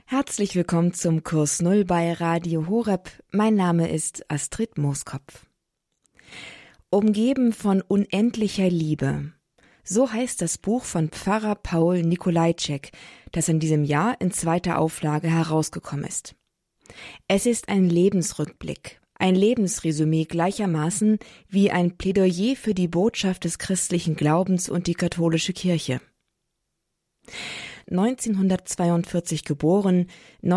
Herzlich willkommen zum Kurs Null bei Radio Horeb. Mein Name ist Astrid Mooskopf. Umgeben von unendlicher Liebe. So heißt das Buch von Pfarrer Paul Nikolajczyk, das in diesem Jahr in 2. Auflage herausgekommen ist. Es ist ein Lebensrückblick, ein Lebensresümee gleichermaßen wie ein Plädoyer für die Botschaft des christlichen Glaubens und die katholische Kirche. 1942 geboren,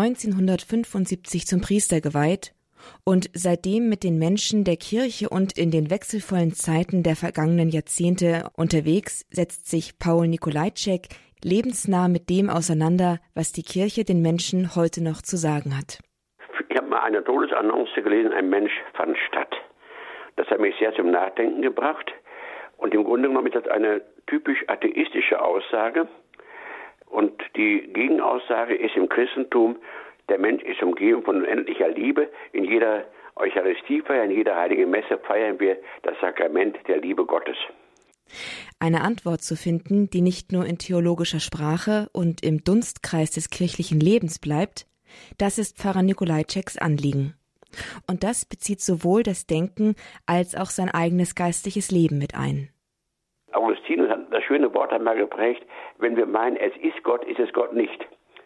1975 zum Priester geweiht und seitdem mit den Menschen der Kirche und in den wechselvollen Zeiten der vergangenen Jahrzehnte unterwegs, setzt sich Paul Nikolajczyk lebensnah mit dem auseinander, was die Kirche den Menschen heute noch zu sagen hat. Ich habe mal eine Todesannonce gelesen, ein Mensch fand statt. Das hat mich sehr zum Nachdenken gebracht und im Grunde genommen ist das eine typisch atheistische Aussage. Und die Gegenaussage ist im Christentum, der Mensch ist umgeben von unendlicher Liebe. In jeder Eucharistiefeier, in jeder heiligen Messe feiern wir das Sakrament der Liebe Gottes. Eine Antwort zu finden, die nicht nur in theologischer Sprache und im Dunstkreis des kirchlichen Lebens bleibt, das ist Pfarrer Nikolajczyks Anliegen. Und das bezieht sowohl das Denken als auch sein eigenes geistliches Leben mit ein. Augustinus hat das schöne Wort einmal geprägt, wenn wir meinen, es ist es Gott nicht.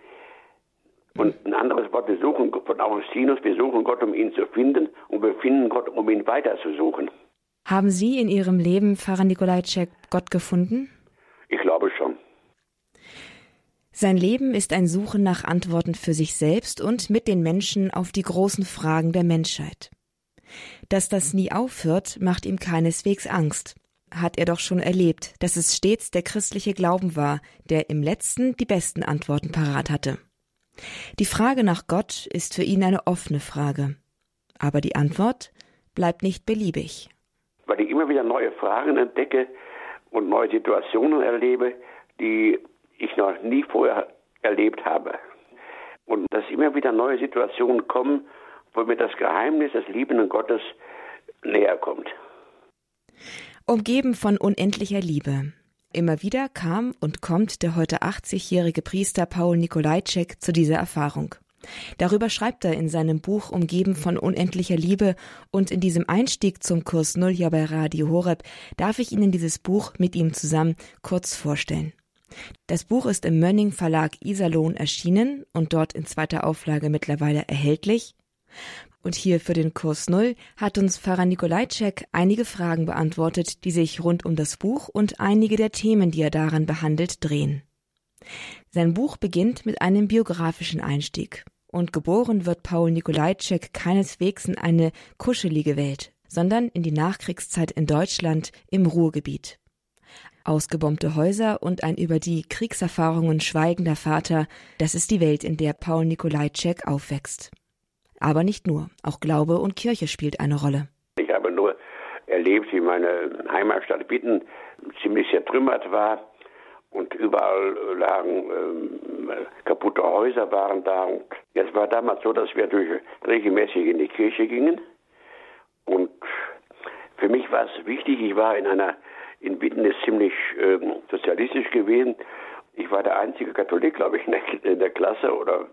Und ein anderes Wort, wir suchen von Augustinus, wir suchen Gott, um ihn zu finden und wir finden Gott, um ihn weiter zu suchen. Haben Sie in Ihrem Leben, Pfarrer Nikolajczyk, Gott gefunden? Ich glaube schon. Sein Leben ist ein Suchen nach Antworten für sich selbst und mit den Menschen auf die großen Fragen der Menschheit. Dass das nie aufhört, macht ihm keineswegs Angst. Hat er doch schon erlebt, dass es stets der christliche Glauben war, der im Letzten die besten Antworten parat hatte. Die Frage nach Gott ist für ihn eine offene Frage. Aber die Antwort bleibt nicht beliebig. Weil ich immer wieder neue Fragen entdecke und neue Situationen erlebe, die ich noch nie vorher erlebt habe. Und dass immer wieder neue Situationen kommen, wo mir das Geheimnis des liebenden Gottes näher kommt. Umgeben von unendlicher Liebe. Immer wieder kam und kommt der heute 80-jährige Priester Paul Nikolajczyk zu dieser Erfahrung. Darüber schreibt er in seinem Buch Umgeben von unendlicher Liebe und in diesem Einstieg zum Kurs Null hier bei Radio Horeb darf ich Ihnen dieses Buch mit ihm zusammen kurz vorstellen. Das Buch ist im Mönning Verlag Iserlohn erschienen und dort in 2. Auflage mittlerweile erhältlich. Und hier für den Kurs Null hat uns Pfarrer Nikolajczyk einige Fragen beantwortet, die sich rund um das Buch und einige der Themen, die er daran behandelt, drehen. Sein Buch beginnt mit einem biografischen Einstieg. Und geboren wird Paul Nikolajczyk keineswegs in eine kuschelige Welt, sondern in die Nachkriegszeit in Deutschland im Ruhrgebiet. Ausgebombte Häuser und ein über die Kriegserfahrungen schweigender Vater, das ist die Welt, in der Paul Nikolajczyk aufwächst. Aber nicht nur, auch Glaube und Kirche spielt eine Rolle. Ich habe nur erlebt, wie meine Heimatstadt Witten ziemlich zertrümmert war und überall lagen kaputte Häuser waren da. Und es war damals so, dass wir regelmäßig in die Kirche gingen. Und für mich war es wichtig, in Witten ist ziemlich sozialistisch gewesen. Ich war der einzige Katholik, glaube ich, in der Klasse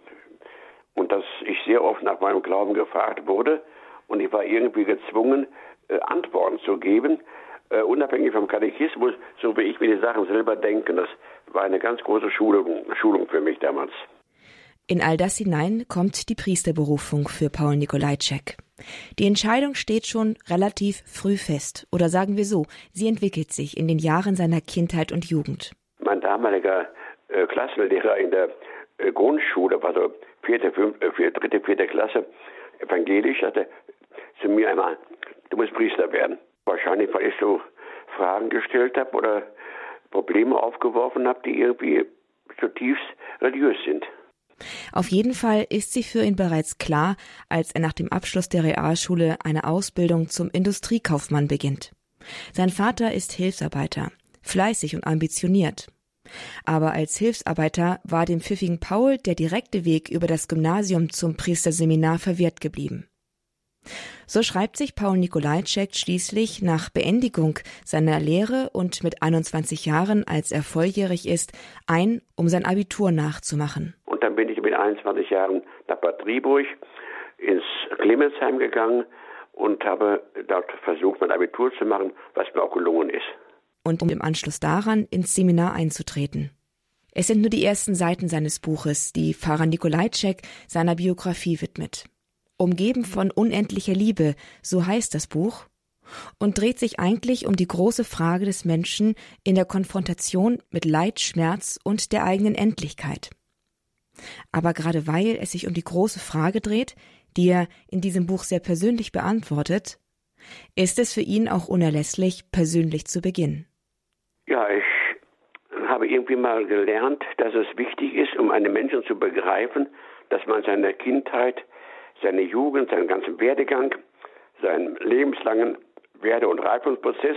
und dass ich sehr oft nach meinem Glauben gefragt wurde und ich war irgendwie gezwungen, Antworten zu geben, unabhängig vom Katechismus, so wie ich mir die Sachen selber denke. Das war eine ganz große Schulung für mich damals. In all das hinein kommt die Priesterberufung für Paul Nikolajczyk. Die Entscheidung steht schon relativ früh fest. Oder sagen wir so, sie entwickelt sich in den Jahren seiner Kindheit und Jugend. Mein damaliger Klassenlehrer in der Grundschule, war so 3., 4. Klasse, evangelisch, sagte zu mir einmal, du musst Priester werden. Wahrscheinlich, weil ich so Fragen gestellt habe oder Probleme aufgeworfen habe, die irgendwie zutiefst religiös sind. Auf jeden Fall ist sie für ihn bereits klar, als er nach dem Abschluss der Realschule eine Ausbildung zum Industriekaufmann beginnt. Sein Vater ist Hilfsarbeiter, fleißig und ambitioniert. Aber als Hilfsarbeiter war dem pfiffigen Paul der direkte Weg über das Gymnasium zum Priesterseminar verwehrt geblieben. So schreibt sich Paul Nikolajczyk schließlich nach Beendigung seiner Lehre und mit 21 Jahren, als er volljährig ist, ein, um sein Abitur nachzumachen. Und Und dann bin ich mit 21 Jahren nach Bad Driburg ins Clemensheim gegangen und habe dort versucht, mein Abitur zu machen, was mir auch gelungen ist. Und um im Anschluss daran ins Seminar einzutreten. Es sind nur die ersten Seiten seines Buches, die Pfarrer Nikolajczyk seiner Biografie widmet. Umgeben von unendlicher Liebe, so heißt das Buch, und dreht sich eigentlich um die große Frage des Menschen in der Konfrontation mit Leid, Schmerz und der eigenen Endlichkeit. Aber gerade weil es sich um die große Frage dreht, die er in diesem Buch sehr persönlich beantwortet, ist es für ihn auch unerlässlich, persönlich zu beginnen. Ja, ich habe irgendwie mal gelernt, dass es wichtig ist, um einen Menschen zu begreifen, dass man seine Kindheit, seine Jugend, seinen ganzen Werdegang, seinen lebenslangen Werde- und Reifungsprozess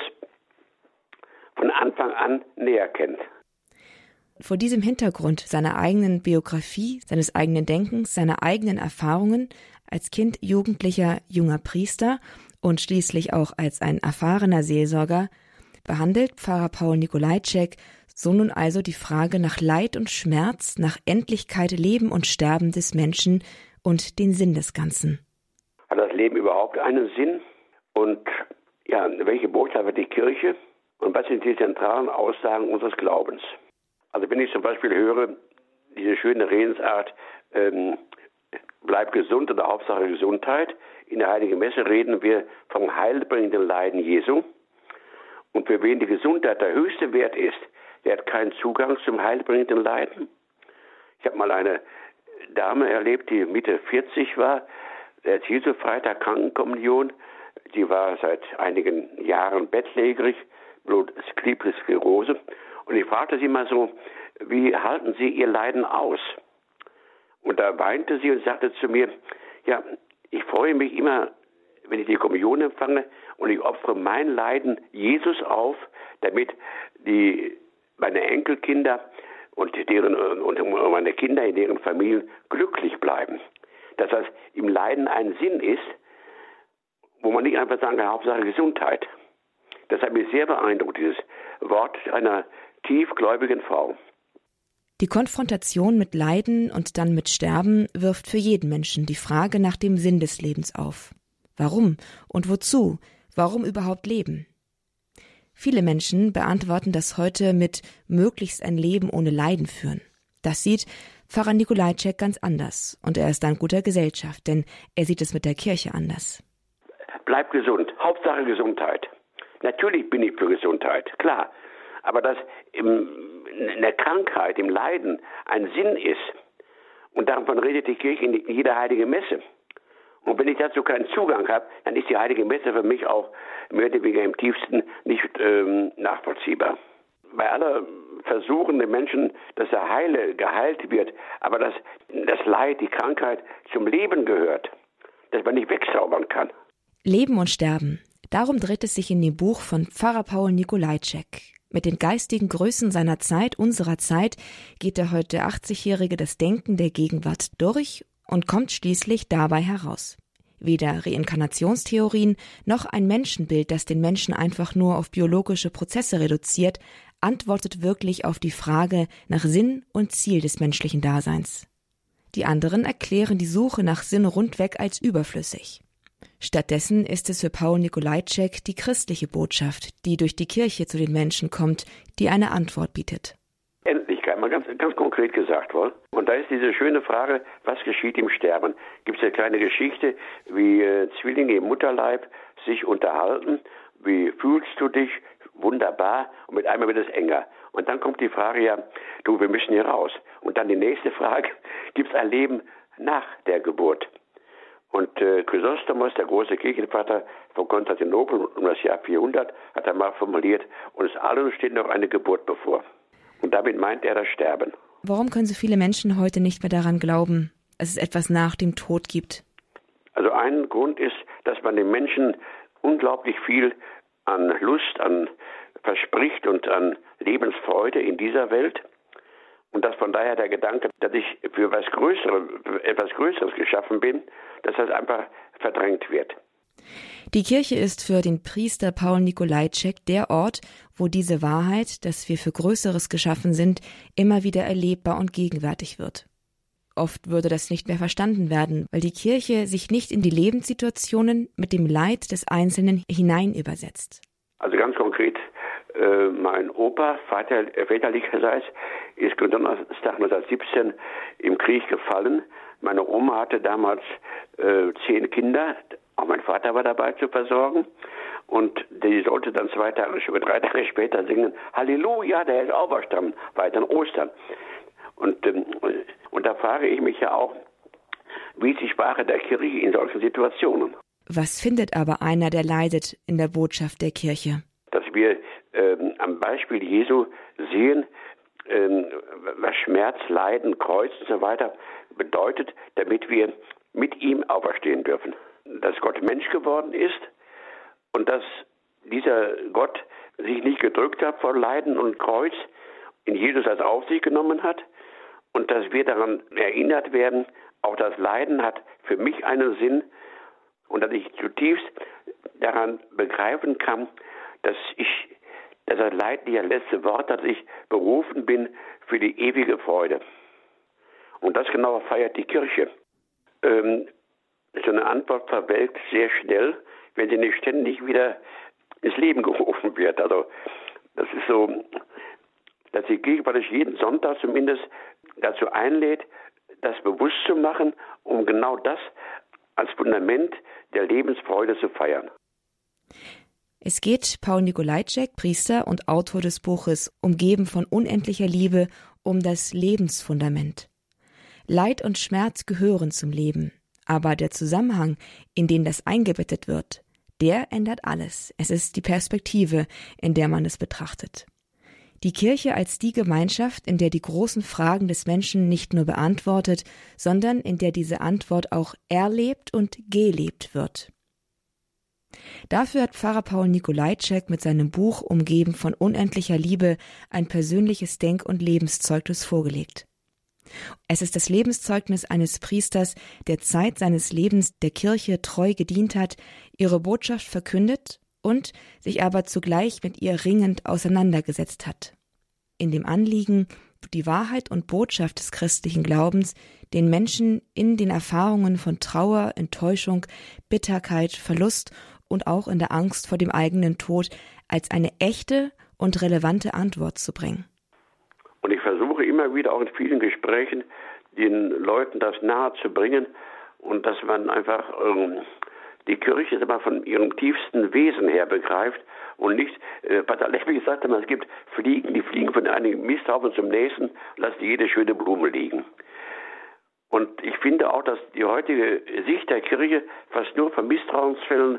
von Anfang an näher kennt. Vor diesem Hintergrund seiner eigenen Biografie, seines eigenen Denkens, seiner eigenen Erfahrungen als Kind, Jugendlicher, junger Priester und schließlich auch als ein erfahrener Seelsorger, behandelt Pfarrer Paul Nikolajczyk so nun also die Frage nach Leid und Schmerz, nach Endlichkeit, Leben und Sterben des Menschen und den Sinn des Ganzen. Hat das Leben überhaupt einen Sinn? Und ja, welche Botschaft hat die Kirche? Und was sind die zentralen Aussagen unseres Glaubens? Also wenn ich zum Beispiel höre, diese schöne Redensart, bleib gesund oder Hauptsache Gesundheit. In der Heiligen Messe reden wir vom heilbringenden Leiden Jesu. Und für wen die Gesundheit der höchste Wert ist, der hat keinen Zugang zum heilbringenden Leiden. Ich habe mal eine Dame erlebt, die Mitte 40 war, der Jesu Freitag Krankenkommunion. Die war seit einigen Jahren bettlägerig, Multiple Sklerose. Und ich fragte sie mal so, wie halten Sie Ihr Leiden aus? Und da weinte sie und sagte zu mir, ja, ich freue mich immer, wenn ich die Kommunion empfange und ich opfere mein Leiden Jesus auf, damit meine Enkelkinder und meine Kinder in deren Familien glücklich bleiben. Dass das im Leiden ein Sinn ist, wo man nicht einfach sagen kann, Hauptsache Gesundheit. Das hat mich sehr beeindruckt, dieses Wort einer tiefgläubigen Frau. Die Konfrontation mit Leiden und dann mit Sterben wirft für jeden Menschen die Frage nach dem Sinn des Lebens auf. Warum und wozu? Warum überhaupt leben? Viele Menschen beantworten das heute mit möglichst ein Leben ohne Leiden führen. Das sieht Pfarrer Nikolajczyk ganz anders und er ist in guter Gesellschaft, denn er sieht es mit der Kirche anders. Bleib gesund, Hauptsache Gesundheit. Natürlich bin ich für Gesundheit, klar. Aber dass in der Krankheit, im Leiden ein Sinn ist, und davon redet die Kirche in jeder Heiligen Messe. Und wenn ich dazu keinen Zugang habe, dann ist die Heilige Messe für mich auch mehr oder weniger im tiefsten nicht nachvollziehbar. Bei aller Versuchen der Menschen, dass der Heile geheilt wird, aber dass das Leid, die Krankheit zum Leben gehört, dass man nicht wegzaubern kann. Leben und Sterben. Darum dreht es sich in dem Buch von Pfarrer Paul Nikolajczyk. Mit den geistigen Größen seiner Zeit, unserer Zeit, geht der heute 80-Jährige das Denken der Gegenwart durch und kommt schließlich dabei heraus. Weder Reinkarnationstheorien noch ein Menschenbild, das den Menschen einfach nur auf biologische Prozesse reduziert, antwortet wirklich auf die Frage nach Sinn und Ziel des menschlichen Daseins. Die anderen erklären die Suche nach Sinn rundweg als überflüssig. Stattdessen ist es für Paul Nikolajczyk die christliche Botschaft, die durch die Kirche zu den Menschen kommt, die eine Antwort bietet. Endlichkeit, mal ganz konkret gesagt worden. Und da ist diese schöne Frage, was geschieht im Sterben? Gibt es eine kleine Geschichte, wie Zwillinge im Mutterleib sich unterhalten, wie fühlst du dich? Wunderbar. Und mit einmal wird es enger. Und dann kommt die Frage, ja, du, wir müssen hier raus. Und dann die nächste Frage, gibt es ein Leben nach der Geburt? Und Chrysostomos, der große Kirchenvater von Konstantinopel um das Jahr 400, hat einmal formuliert, uns allen steht noch eine Geburt bevor. Und damit meint er das Sterben. Warum können so viele Menschen heute nicht mehr daran glauben, dass es etwas nach dem Tod gibt? Also ein Grund ist, dass man den Menschen unglaublich viel an Lust, an verspricht und an Lebensfreude in dieser Welt. Und dass von daher der Gedanke, dass ich für etwas Größeres geschaffen bin, dass das einfach verdrängt wird. Die Kirche ist für den Priester Paul Nikolajczyk der Ort, wo diese Wahrheit, dass wir für Größeres geschaffen sind, immer wieder erlebbar und gegenwärtig wird. Oft würde das nicht mehr verstanden werden, weil die Kirche sich nicht in die Lebenssituationen mit dem Leid des Einzelnen hineinübersetzt. Also ganz konkret, mein Opa, väterlicherseits, ist Donnerstag 1917 im Krieg gefallen. Meine Oma hatte damals 10 Kinder, auch mein Vater war dabei zu versorgen. Und die sollte dann 3 Tage später singen, Halleluja, der ist auferstanden, weiter Ostern. Und da frage ich mich ja auch, wie ist die Sprache der Kirche in solchen Situationen? Was findet aber einer, der leidet, in der Botschaft der Kirche? Dass wir am Beispiel Jesu sehen, was Schmerz, Leiden, Kreuz und so weiter bedeutet, damit wir mit ihm auferstehen dürfen. Dass Gott Mensch geworden ist und dass dieser Gott sich nicht gedrückt hat vor Leiden und Kreuz, in Jesus als auf sich genommen hat und dass wir daran erinnert werden, auch das Leiden hat für mich einen Sinn und dass ich zutiefst daran begreifen kann, dass das Leid nicht das letzte Wort, dass ich berufen bin für die ewige Freude. Und das genau feiert die Kirche. So eine Antwort verwelkt sehr schnell, wenn sie nicht ständig wieder ins Leben gerufen wird. Also das ist so, dass die Kirche praktisch jeden Sonntag zumindest dazu einlädt, das bewusst zu machen, um genau das als Fundament der Lebensfreude zu feiern. Es geht Paul Nikolajczyk, Priester und Autor des Buches Umgeben von unendlicher Liebe, um das Lebensfundament. Leid und Schmerz gehören zum Leben, aber der Zusammenhang, in den das eingebettet wird, der ändert alles. Es ist die Perspektive, in der man es betrachtet. Die Kirche als die Gemeinschaft, in der die großen Fragen des Menschen nicht nur beantwortet, sondern in der diese Antwort auch erlebt und gelebt wird. Dafür hat Pfarrer Paul Nikolajczyk mit seinem Buch Umgeben von unendlicher Liebe ein persönliches Denk- und Lebenszeugnis vorgelegt. Es ist das Lebenszeugnis eines Priesters, der Zeit seines Lebens der Kirche treu gedient hat, ihre Botschaft verkündet und sich aber zugleich mit ihr ringend auseinandergesetzt hat. In dem Anliegen, die Wahrheit und Botschaft des christlichen Glaubens den Menschen in den Erfahrungen von Trauer, Enttäuschung, Bitterkeit, Verlust und auch in der Angst vor dem eigenen Tod als eine echte und relevante Antwort zu bringen. Und ich versuche immer wieder auch in vielen Gesprächen den Leuten das nahe zu bringen und dass man einfach die Kirche immer von ihrem tiefsten Wesen her begreift und nicht, Pater Leppi sagte mal, es gibt Fliegen, die fliegen von einem Misthaufen zum nächsten, lassen jede schöne Blume liegen. Und ich finde auch, dass die heutige Sicht der Kirche fast nur von Misstrauensfällen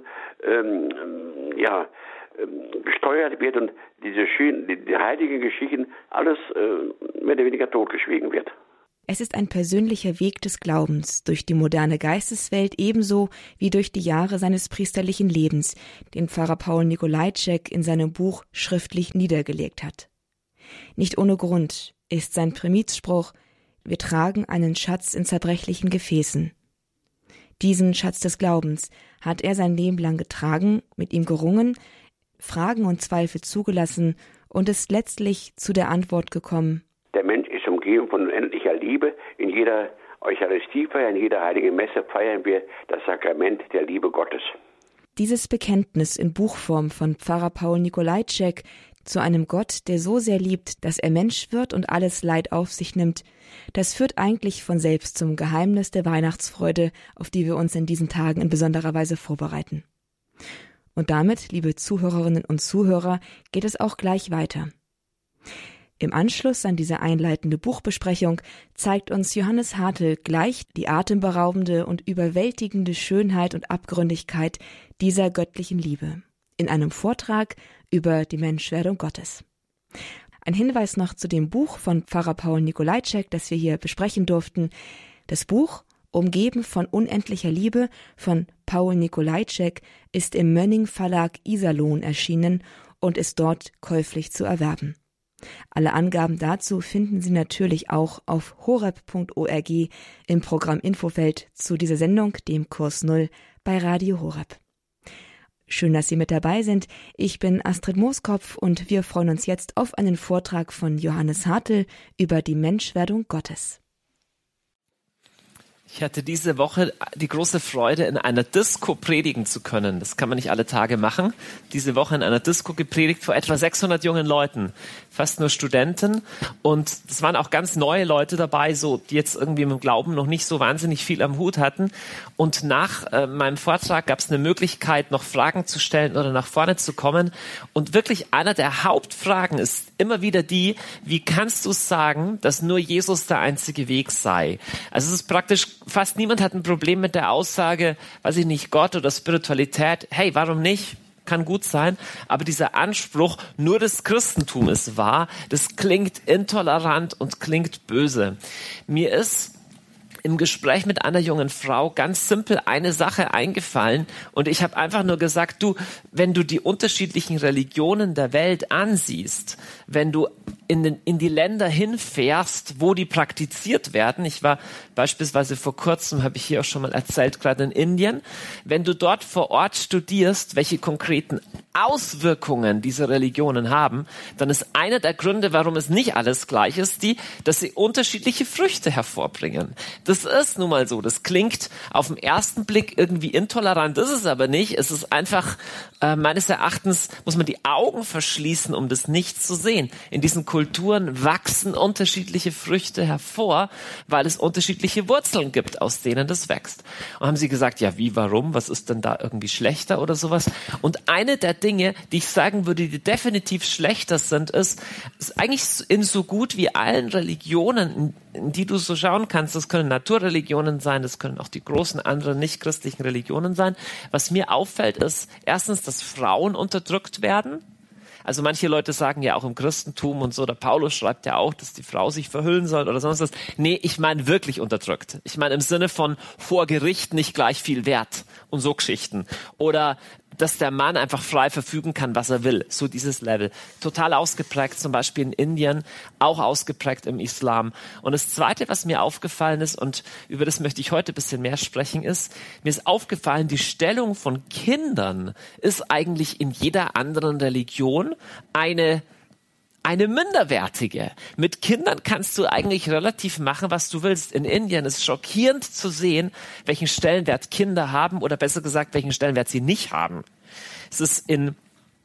gesteuert wird und die heiligen Geschichten alles mehr oder weniger totgeschwiegen wird. Es ist ein persönlicher Weg des Glaubens durch die moderne Geisteswelt ebenso wie durch die Jahre seines priesterlichen Lebens, den Pfarrer Paul Nikolajczyk in seinem Buch schriftlich niedergelegt hat. Nicht ohne Grund ist sein Primizspruch: Wir tragen einen Schatz in zerbrechlichen Gefäßen. Diesen Schatz des Glaubens hat er sein Leben lang getragen, mit ihm gerungen, Fragen und Zweifel zugelassen und ist letztlich zu der Antwort gekommen: Der Mensch ist umgeben von unendlicher Liebe. In jeder Eucharistiefeier, in jeder heiligen Messe feiern wir das Sakrament der Liebe Gottes. Dieses Bekenntnis in Buchform von Pfarrer Paul Nikolajczyk zu einem Gott, der so sehr liebt, dass er Mensch wird und alles Leid auf sich nimmt, das führt eigentlich von selbst zum Geheimnis der Weihnachtsfreude, auf die wir uns in diesen Tagen in besonderer Weise vorbereiten. Und damit, liebe Zuhörerinnen und Zuhörer, geht es auch gleich weiter. Im Anschluss an diese einleitende Buchbesprechung zeigt uns Johannes Hartl gleich die atemberaubende und überwältigende Schönheit und Abgründigkeit dieser göttlichen Liebe in einem Vortrag über die Menschwerdung Gottes. Ein Hinweis noch zu dem Buch von Pfarrer Paul Nikolajczyk, das wir hier besprechen durften. Das Buch Umgeben von unendlicher Liebe von Paul Nikolajczyk ist im Mönning Verlag Iserlohn erschienen und ist dort käuflich zu erwerben. Alle Angaben dazu finden Sie natürlich auch auf horeb.org im Programm Infofeld zu dieser Sendung, dem Kurs Null bei Radio Horeb. Schön, dass Sie mit dabei sind. Ich bin Astrid Mooskopf und wir freuen uns jetzt auf einen Vortrag von Johannes Hartl über die Menschwerdung Gottes. Ich hatte diese Woche die große Freude, in einer Disco predigen zu können. Das kann man nicht alle Tage machen. Diese Woche in einer Disco gepredigt vor etwa 600 jungen Leuten, fast nur Studenten. Und es waren auch ganz neue Leute dabei, so die jetzt irgendwie im Glauben noch nicht so wahnsinnig viel am Hut hatten. Und nach meinem Vortrag gab es eine Möglichkeit, noch Fragen zu stellen oder nach vorne zu kommen. Und wirklich einer der Hauptfragen ist immer wieder die: Wie kannst du sagen, dass nur Jesus der einzige Weg sei? Also es ist praktisch, fast niemand hat ein Problem mit der Aussage, weiß ich nicht, Gott oder Spiritualität. Hey, warum nicht? Kann gut sein. Aber dieser Anspruch, nur das Christentum ist wahr, das klingt intolerant und klingt böse. Mir ist im Gespräch mit einer jungen Frau ganz simpel eine Sache eingefallen und ich habe einfach nur gesagt, du, wenn du die unterschiedlichen Religionen der Welt ansiehst, wenn du in die Länder hinfährst, wo die praktiziert werden, ich war beispielsweise vor kurzem, habe ich hier auch schon mal erzählt, gerade in Indien, wenn du dort vor Ort studierst, welche konkreten Auswirkungen diese Religionen haben, dann ist einer der Gründe, warum es nicht alles gleich ist, dass sie unterschiedliche Früchte hervorbringen. Das ist nun mal so. Das klingt auf den ersten Blick irgendwie intolerant, ist es aber nicht. Es ist einfach, meines Erachtens muss man die Augen verschließen, um das nicht zu sehen. In diesen Kulturen wachsen unterschiedliche Früchte hervor, weil es unterschiedliche Wurzeln gibt, aus denen das wächst. Und haben sie gesagt, ja wie, warum? Was ist denn da irgendwie schlechter oder sowas? Und eine der Dinge, die ich sagen würde, die definitiv schlechter sind, ist eigentlich in so gut wie allen Religionen, in die du so schauen kannst, das können Naturreligionen sein, das können auch die großen anderen nicht-christlichen Religionen sein. Was mir auffällt, ist erstens, dass Frauen unterdrückt werden. Also manche Leute sagen ja auch im Christentum und so, der Paulus schreibt ja auch, dass die Frau sich verhüllen soll oder sonst was. Nee, ich meine wirklich unterdrückt. Ich meine im Sinne von vor Gericht nicht gleich viel wert und so Geschichten. Oder dass der Mann einfach frei verfügen kann, was er will. So dieses Level. Total ausgeprägt, zum Beispiel in Indien, auch ausgeprägt im Islam. Und das Zweite, was mir aufgefallen ist, und über das möchte ich heute ein bisschen mehr sprechen, ist, mir ist aufgefallen, die Stellung von Kindern ist eigentlich in jeder anderen Religion eine minderwertige. Mit Kindern kannst du eigentlich relativ machen, was du willst. In Indien ist schockierend zu sehen, welchen Stellenwert Kinder haben oder besser gesagt, welchen Stellenwert sie nicht haben. Es ist in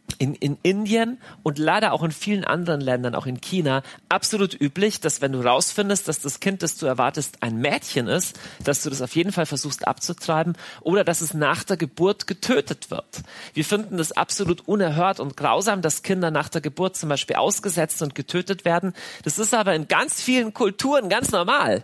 Indien und leider auch in vielen anderen Ländern, auch in China, absolut üblich, dass wenn du rausfindest, dass das Kind, das du erwartest, ein Mädchen ist, dass du das auf jeden Fall versuchst abzutreiben oder dass es nach der Geburt getötet wird. Wir finden das absolut unerhört und grausam, dass Kinder nach der Geburt zum Beispiel ausgesetzt und getötet werden. Das ist aber in ganz vielen Kulturen ganz normal.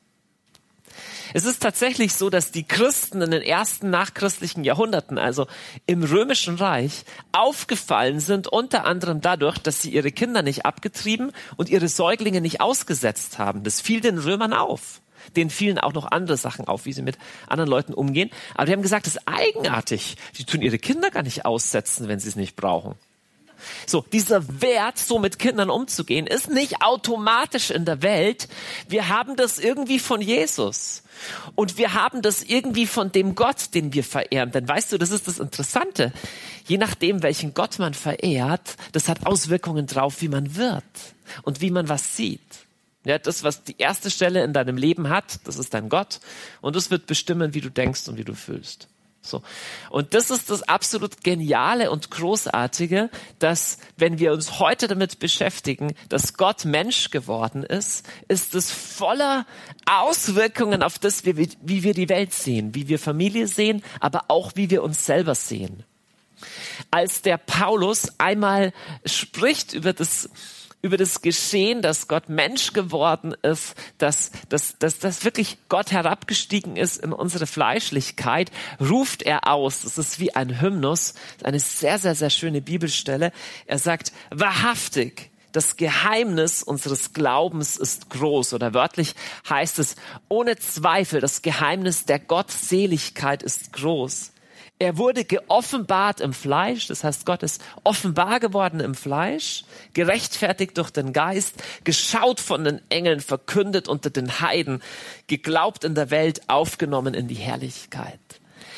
Es ist tatsächlich so, dass die Christen in den ersten nachchristlichen Jahrhunderten, also im Römischen Reich, aufgefallen sind, unter anderem dadurch, dass sie ihre Kinder nicht abgetrieben und ihre Säuglinge nicht ausgesetzt haben. Das fiel den Römern auf. Denen fielen auch noch andere Sachen auf, wie sie mit anderen Leuten umgehen. Aber die haben gesagt, das ist eigenartig. Die tun ihre Kinder gar nicht aussetzen, wenn sie es nicht brauchen. So, dieser Wert, so mit Kindern umzugehen, ist nicht automatisch in der Welt. Wir haben das irgendwie von Jesus. Und wir haben das irgendwie von dem Gott, den wir verehren. Denn weißt du, das ist das Interessante. Je nachdem, welchen Gott man verehrt, das hat Auswirkungen drauf, wie man wird und wie man was sieht. Ja, das, was die erste Stelle in deinem Leben hat, das ist dein Gott. Und das wird bestimmen, wie du denkst und wie du fühlst. So. Und das ist das absolut Geniale und Großartige, dass wenn wir uns heute damit beschäftigen, dass Gott Mensch geworden ist es voller Auswirkungen auf das, wie wir die Welt sehen, wie wir Familie sehen, aber auch wie wir uns selber sehen. Als der Paulus einmal spricht über das Geschehen, dass Gott Mensch geworden ist, dass wirklich Gott herabgestiegen ist in unsere Fleischlichkeit, ruft er aus. Das ist wie ein Hymnus, eine sehr, sehr, sehr schöne Bibelstelle. Er sagt, wahrhaftig, das Geheimnis unseres Glaubens ist groß. Oder wörtlich heißt es, ohne Zweifel, das Geheimnis der Gottseligkeit ist groß. Er wurde geoffenbart im Fleisch, das heißt, Gott ist offenbar geworden im Fleisch, gerechtfertigt durch den Geist, geschaut von den Engeln, verkündet unter den Heiden, geglaubt in der Welt, aufgenommen in die Herrlichkeit.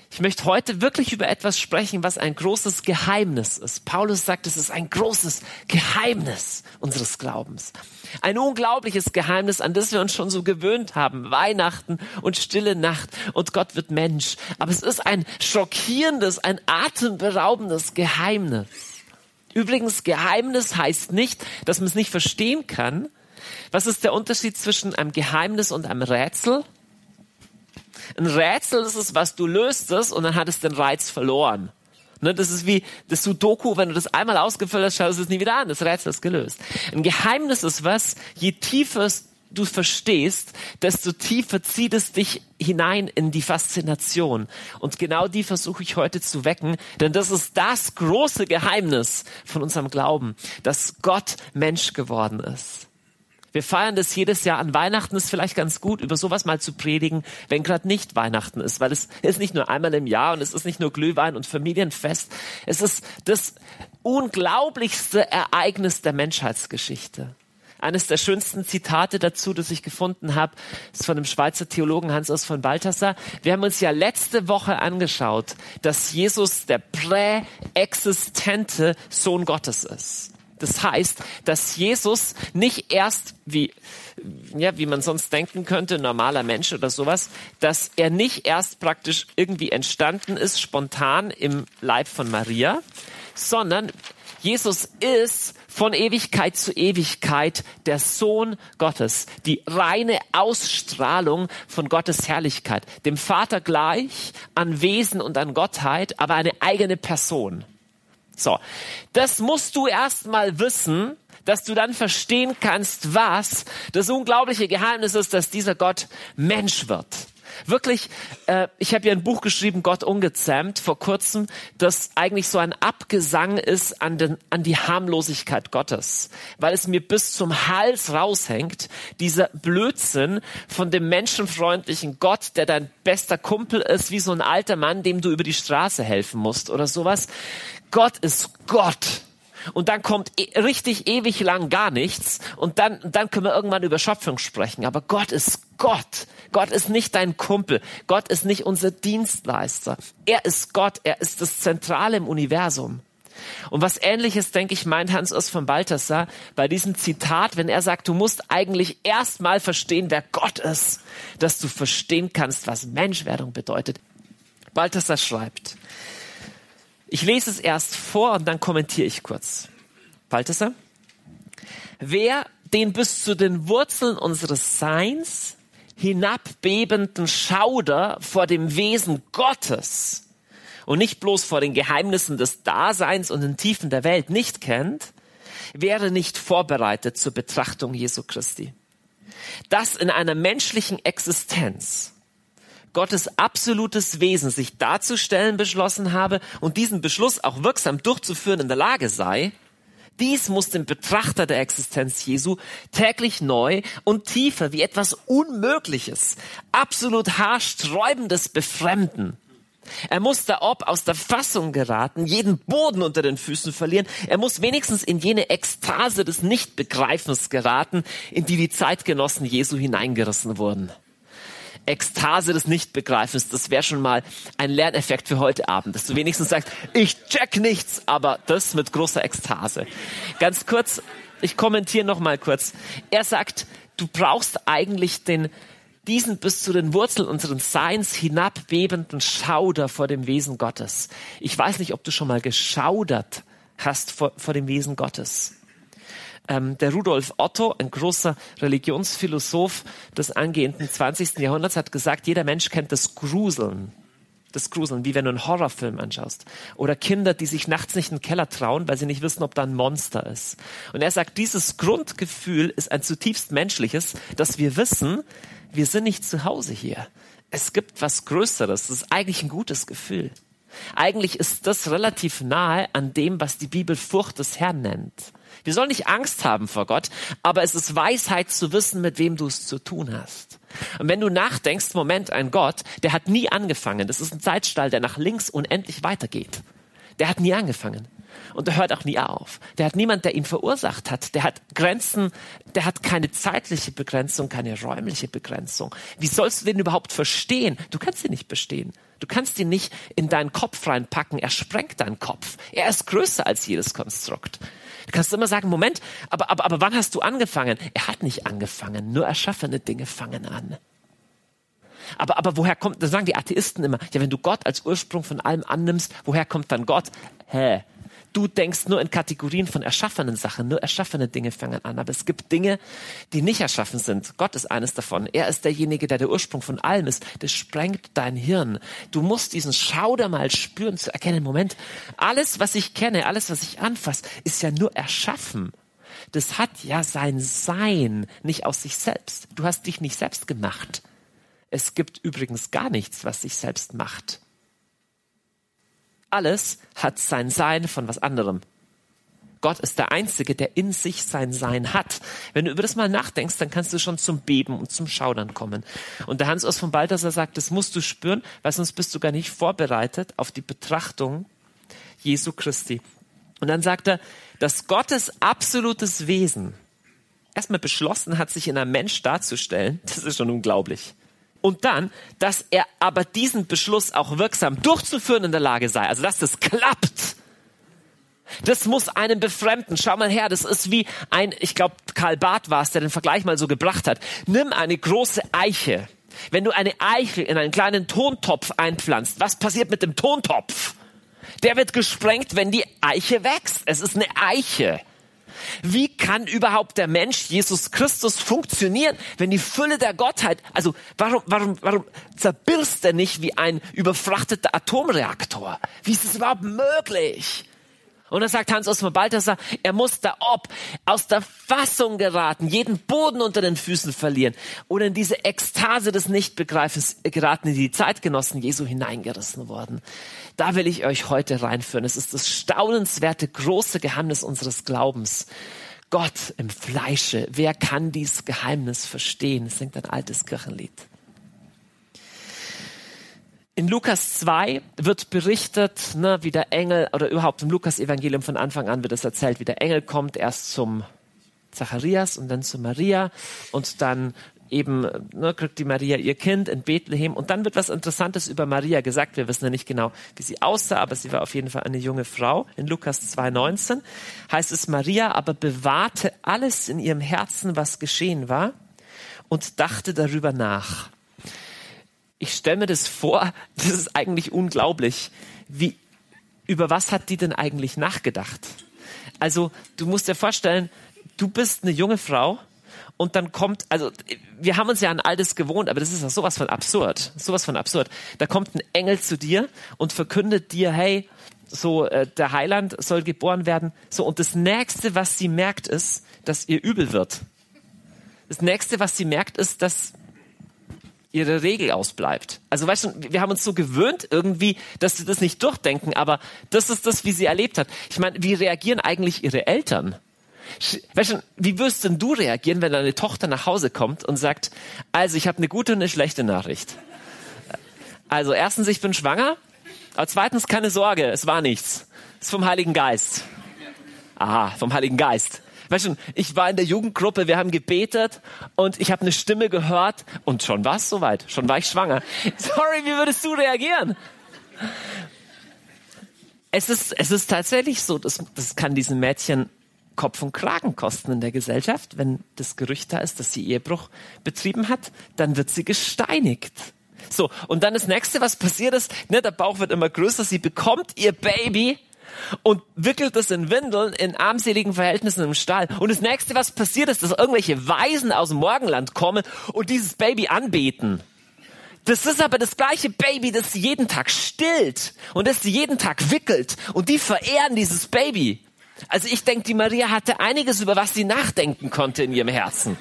Ich möchte heute wirklich über etwas sprechen, was ein großes Geheimnis ist. Paulus sagt, es ist ein großes Geheimnis unseres Glaubens. Ein unglaubliches Geheimnis, an das wir uns schon so gewöhnt haben. Weihnachten und stille Nacht und Gott wird Mensch. Aber es ist ein schockierendes, ein atemberaubendes Geheimnis. Übrigens, Geheimnis heißt nicht, dass man es nicht verstehen kann. Was ist der Unterschied zwischen einem Geheimnis und einem Rätsel? Ein Rätsel ist es, was du löst es und dann hat es den Reiz verloren. Ne, das ist wie das Sudoku, wenn du das einmal ausgefüllt hast, schaust du es nie wieder an. Das Rätsel ist gelöst. Ein Geheimnis ist was, je tiefer du verstehst, desto tiefer zieht es dich hinein in die Faszination. Und genau die versuche ich heute zu wecken, denn das ist das große Geheimnis von unserem Glauben, dass Gott Mensch geworden ist. Wir feiern das jedes Jahr an Weihnachten, ist vielleicht ganz gut, über sowas mal zu predigen, wenn gerade nicht Weihnachten ist, weil es ist nicht nur einmal im Jahr und es ist nicht nur Glühwein und Familienfest, es ist das unglaublichste Ereignis der Menschheitsgeschichte. Eines der schönsten Zitate dazu, das ich gefunden habe, ist von dem Schweizer Theologen Hans-Urs von Balthasar. Wir haben uns ja letzte Woche angeschaut, dass Jesus der präexistente Sohn Gottes ist. Das heißt, dass Jesus nicht erst, wie man sonst denken könnte, normaler Mensch oder sowas, dass er nicht erst praktisch irgendwie entstanden ist, spontan im Leib von Maria, sondern Jesus ist von Ewigkeit zu Ewigkeit der Sohn Gottes, die reine Ausstrahlung von Gottes Herrlichkeit, dem Vater gleich an Wesen und an Gottheit, aber eine eigene Person. So, das musst du erst mal wissen, dass du dann verstehen kannst, was das unglaubliche Geheimnis ist, dass dieser Gott Mensch wird. Wirklich, ich habe ja ein Buch geschrieben, Gott ungezähmt, vor kurzem, das eigentlich so ein Abgesang ist an die Harmlosigkeit Gottes, weil es mir bis zum Hals raushängt, dieser Blödsinn von dem menschenfreundlichen Gott, der dein bester Kumpel ist, wie so ein alter Mann, dem du über die Straße helfen musst oder sowas. Gott ist Gott. Und dann kommt richtig ewig lang gar nichts und dann können wir irgendwann über Schöpfung sprechen. Aber Gott ist Gott. Gott ist nicht dein Kumpel. Gott ist nicht unser Dienstleister. Er ist Gott. Er ist das Zentrale im Universum. Und was Ähnliches, denke ich, meint Hans-Urs von Balthasar bei diesem Zitat, wenn er sagt, du musst eigentlich erst mal verstehen, wer Gott ist, dass du verstehen kannst, was Menschwerdung bedeutet. Balthasar schreibt, ich lese es erst vor und dann kommentiere ich kurz. Balthasar? Wer den bis zu den Wurzeln unseres Seins hinabbebenden Schauder vor dem Wesen Gottes und nicht bloß vor den Geheimnissen des Daseins und den Tiefen der Welt nicht kennt, wäre nicht vorbereitet zur Betrachtung Jesu Christi. Das in einer menschlichen Existenz Gottes absolutes Wesen sich darzustellen beschlossen habe und diesen Beschluss auch wirksam durchzuführen in der Lage sei, dies muss dem Betrachter der Existenz Jesu täglich neu und tiefer wie etwas Unmögliches, absolut haarsträubendes befremden. Er muss da ob aus der Fassung geraten, jeden Boden unter den Füßen verlieren. Er muss wenigstens in jene Ekstase des Nichtbegreifens geraten, in die Zeitgenossen Jesu hineingerissen wurden. Ekstase des Nichtbegreifens, das wäre schon mal ein Lerneffekt für heute Abend, dass du wenigstens sagst, ich check nichts, aber das mit großer Ekstase. Ganz kurz, ich kommentiere noch mal kurz. Er sagt, du brauchst eigentlich diesen bis zu den Wurzeln unseres Seins hinabbebenden Schauder vor dem Wesen Gottes. Ich weiß nicht, ob du schon mal geschaudert hast vor dem Wesen Gottes. Der Rudolf Otto, ein großer Religionsphilosoph des angehenden 20. Jahrhunderts, hat gesagt, jeder Mensch kennt das Gruseln. Das Gruseln, wie wenn du einen Horrorfilm anschaust. Oder Kinder, die sich nachts nicht in den Keller trauen, weil sie nicht wissen, ob da ein Monster ist. Und er sagt, dieses Grundgefühl ist ein zutiefst menschliches, dass wir wissen, wir sind nicht zu Hause hier. Es gibt was Größeres. Das ist eigentlich ein gutes Gefühl. Eigentlich ist das relativ nahe an dem, was die Bibel Furcht des Herrn nennt. Wir sollen nicht Angst haben vor Gott, aber es ist Weisheit zu wissen, mit wem du es zu tun hast. Und wenn du nachdenkst, Moment, ein Gott, der hat nie angefangen. Das ist ein Zeitstrahl, der nach links unendlich weitergeht. Der hat nie angefangen. und er hört auch nie auf. Der hat niemand, der ihn verursacht hat. Der hat Grenzen, der hat keine zeitliche Begrenzung, keine räumliche Begrenzung. Wie sollst du den überhaupt verstehen? Du kannst ihn nicht verstehen. Du kannst ihn nicht in deinen Kopf reinpacken. Er sprengt deinen Kopf. Er ist größer als jedes Konstrukt. Du kannst immer sagen, Moment, aber wann hast du angefangen? Er hat nicht angefangen, nur erschaffene Dinge fangen an. Aber woher kommt, das sagen die Atheisten immer, ja, wenn du Gott als Ursprung von allem annimmst, woher kommt dann Gott? Du denkst nur in Kategorien von erschaffenen Sachen, nur erschaffene Dinge fangen an. Aber es gibt Dinge, die nicht erschaffen sind. Gott ist eines davon. Er ist derjenige, der Ursprung von allem ist. Das sprengt dein Hirn. Du musst diesen Schauder mal spüren, zu erkennen, Moment, alles, was ich kenne, alles, was ich anfasse, ist ja nur erschaffen. Das hat ja sein Sein, nicht aus sich selbst. Du hast dich nicht selbst gemacht. Es gibt übrigens gar nichts, was sich selbst macht. Alles hat sein Sein von was anderem. Gott ist der Einzige, der in sich sein Sein hat. Wenn du über das mal nachdenkst, dann kannst du schon zum Beben und zum Schaudern kommen. Und der Hans Urs von Balthasar sagt, das musst du spüren, weil sonst bist du gar nicht vorbereitet auf die Betrachtung Jesu Christi. Und dann sagt er, dass Gottes absolutes Wesen erstmal beschlossen hat, sich in einem Mensch darzustellen, das ist schon unglaublich. Und dann, dass er aber diesen Beschluss auch wirksam durchzuführen in der Lage sei. Also, dass das klappt. Das muss einen befremden. Schau mal her, das ist wie ich glaube, Karl Barth war es, der den Vergleich mal so gebracht hat. Nimm eine große Eiche. Wenn du eine Eichel in einen kleinen Tontopf einpflanzt, was passiert mit dem Tontopf? Der wird gesprengt, wenn die Eiche wächst. Es ist eine Eiche. Wie kann überhaupt der Mensch Jesus Christus funktionieren, wenn die Fülle der Gottheit, also warum zerbirst er nicht wie ein überfrachteter Atomreaktor? Wie ist es überhaupt möglich? Und dann sagt Hans Urs von Balthasar, er muss da aus der Fassung geraten, jeden Boden unter den Füßen verlieren oder in diese Ekstase des Nichtbegreifens geraten, in die Zeitgenossen Jesu hineingerissen worden. Da will ich euch heute reinführen. Es ist das staunenswerte, große Geheimnis unseres Glaubens. Gott im Fleische. Wer kann dieses Geheimnis verstehen? Es singt ein altes Kirchenlied. In Lukas 2 wird berichtet, wie der Engel, oder überhaupt im Lukas-Evangelium von Anfang an wird es erzählt, wie der Engel kommt, erst zum Zacharias und dann zu Maria und dann eben kriegt die Maria ihr Kind in Bethlehem und dann wird was Interessantes über Maria gesagt. Wir wissen ja nicht genau, wie sie aussah, aber sie war auf jeden Fall eine junge Frau. In Lukas 2,19 heißt es, Maria aber bewahrte alles in ihrem Herzen, was geschehen war und dachte darüber nach. Ich stelle mir das vor, das ist eigentlich unglaublich. Über was hat die denn eigentlich nachgedacht? Also du musst dir vorstellen, du bist eine junge Frau und dann kommt, also wir haben uns ja an all das gewohnt, aber das ist ja sowas von absurd. Da kommt ein Engel zu dir und verkündet dir, hey, der Heiland soll geboren werden. So, und das Nächste, was sie merkt, ist, dass ihr übel wird. Das Nächste, was sie merkt, ist, dass ihre Regel ausbleibt. Also weißt du, wir haben uns so gewöhnt irgendwie, dass sie das nicht durchdenken, aber das ist das, wie sie erlebt hat. Ich meine, wie reagieren eigentlich ihre Eltern? Weißt du, wie wirst denn du reagieren, wenn deine Tochter nach Hause kommt und sagt, also ich habe eine gute und eine schlechte Nachricht. Also erstens, ich bin schwanger, aber zweitens, keine Sorge, es war nichts. Es ist vom Heiligen Geist. Aha, vom Heiligen Geist. Weißt du, ich war in der Jugendgruppe, wir haben gebetet und ich habe eine Stimme gehört und schon war es soweit, schon war ich schwanger. Sorry, wie würdest du reagieren? Es ist tatsächlich so, das kann diesen Mädchen Kopf und Kragen kosten in der Gesellschaft. Wenn das Gerücht da ist, dass sie Ehebruch betrieben hat, dann wird sie gesteinigt. So, und dann das Nächste, was passiert ist, der Bauch wird immer größer, sie bekommt ihr Baby und wickelt es in Windeln in armseligen Verhältnissen im Stall. Und das Nächste, was passiert ist, dass irgendwelche Weisen aus dem Morgenland kommen und dieses Baby anbeten. Das ist aber das gleiche Baby, das sie jeden Tag stillt und das sie jeden Tag wickelt. Und die verehren dieses Baby. Also ich denke, die Maria hatte einiges, über was sie nachdenken konnte in ihrem Herzen.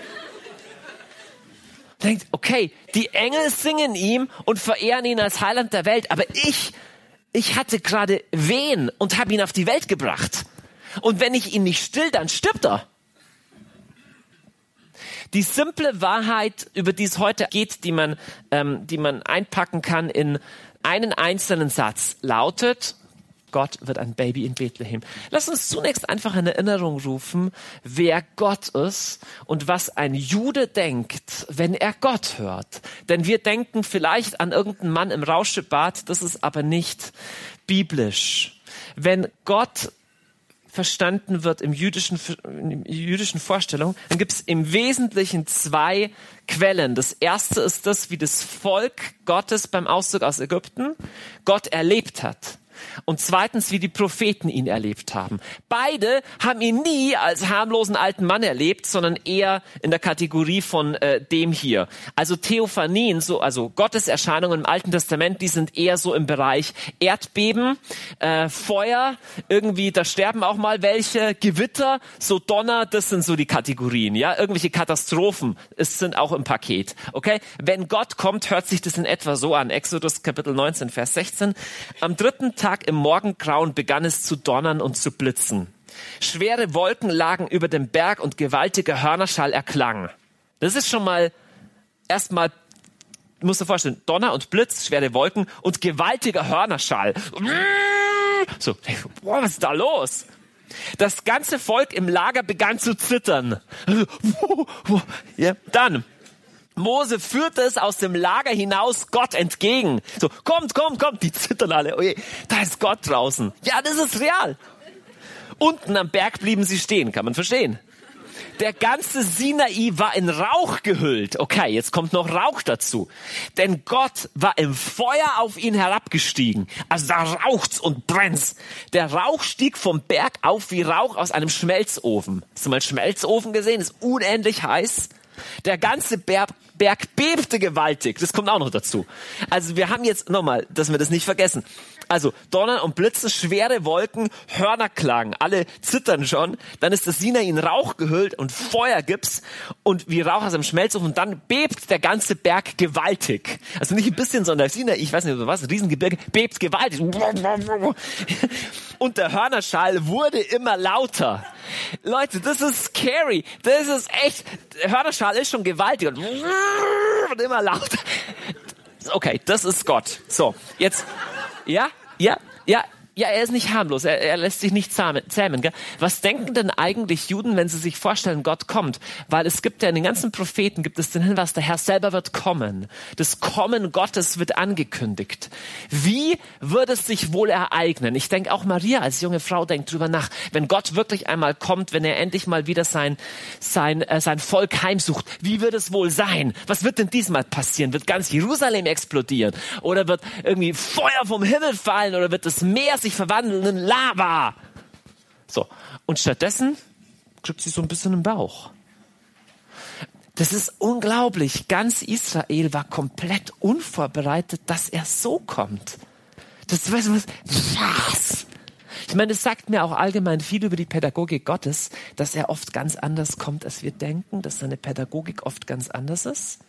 Denkt, okay, die Engel singen ihm und verehren ihn als Heiland der Welt, aber ich hatte gerade Wehen und habe ihn auf die Welt gebracht. Und wenn ich ihn nicht still, dann stirbt er. Die simple Wahrheit, über die es heute geht, die man einpacken kann in einen einzelnen Satz, lautet, Gott wird ein Baby in Bethlehem. Lass uns zunächst einfach in Erinnerung rufen, wer Gott ist und was ein Jude denkt, wenn er Gott hört. Denn wir denken vielleicht an irgendeinen Mann im Rauschebad, das ist aber nicht biblisch. Wenn Gott verstanden wird in jüdischen Vorstellungen, dann gibt es im Wesentlichen 2 Quellen. Das erste ist das, wie das Volk Gottes beim Auszug aus Ägypten Gott erlebt hat. Und zweitens, wie die Propheten ihn erlebt haben. Beide haben ihn nie als harmlosen alten Mann erlebt, sondern eher in der Kategorie von dem hier. Also Theophanien, also Gotteserscheinungen im Alten Testament, die sind eher so im Bereich Erdbeben, Feuer, irgendwie, da sterben auch mal welche, Gewitter, so Donner, das sind so die Kategorien, ja, irgendwelche Katastrophen, sind auch im Paket, okay? Wenn Gott kommt, hört sich das in etwa so an. Exodus Kapitel 19, Vers 16. Am 3. Tag im Morgengrauen begann es zu donnern und zu blitzen. Schwere Wolken lagen über dem Berg und gewaltiger Hörnerschall erklang. Das ist schon mal erstmal, musst du dir vorstellen, Donner und Blitz, schwere Wolken und gewaltiger Hörnerschall. So, boah, was ist da los? Das ganze Volk im Lager begann zu zittern. Ja, dann Mose führte es aus dem Lager hinaus Gott entgegen. So, kommt, die zittern alle. Oje, da ist Gott draußen. Ja, das ist real. Unten am Berg blieben sie stehen, kann man verstehen. Der ganze Sinai war in Rauch gehüllt. Okay, jetzt kommt noch Rauch dazu. Denn Gott war im Feuer auf ihn herabgestiegen. Also da raucht's und brennt's. Der Rauch stieg vom Berg auf wie Rauch aus einem Schmelzofen. Hast du mal einen Schmelzofen gesehen? Ist unendlich heiß. Der ganze Berg bebte gewaltig. Das kommt auch noch dazu. Also wir haben jetzt nochmal, dass wir das nicht vergessen. Also Donner und Blitze, schwere Wolken, Hörnerklang. Alle zittern schon. Dann ist das Sinai in Rauch gehüllt und Feuer gibt's. Und wie Rauch aus einem Schmelzofen. Und dann bebt der ganze Berg gewaltig. Also nicht ein bisschen, sondern der Sinai, ich weiß nicht was, ein Riesengebirge, bebt gewaltig. Und der Hörnerschall wurde immer lauter. Leute, das ist scary. Das ist echt, der Hörnerschall ist schon gewaltig und immer lauter. Okay, das ist Gott. So, jetzt, ja, er ist nicht harmlos, er lässt sich nicht zähmen. Gell? Was denken denn eigentlich Juden, wenn sie sich vorstellen, Gott kommt? Weil es gibt ja in den ganzen Propheten, gibt es den Hinweis, der Herr selber wird kommen. Das Kommen Gottes wird angekündigt. Wie wird es sich wohl ereignen? Ich denke, auch Maria als junge Frau denkt drüber nach, wenn Gott wirklich einmal kommt, wenn er endlich mal wieder sein Volk heimsucht. Wie wird es wohl sein? Was wird denn diesmal passieren? Wird ganz Jerusalem explodieren? Oder wird irgendwie Feuer vom Himmel fallen? Oder wird das Meer sich verwandeln in Lava? So. Und stattdessen kriegt sie so ein bisschen im Bauch. Das ist unglaublich. Ganz Israel war komplett unvorbereitet, dass er so kommt. Das weißt du was? Ich meine, es sagt mir auch allgemein viel über die Pädagogik Gottes, dass er oft ganz anders kommt, als wir denken, dass seine Pädagogik oft ganz anders ist.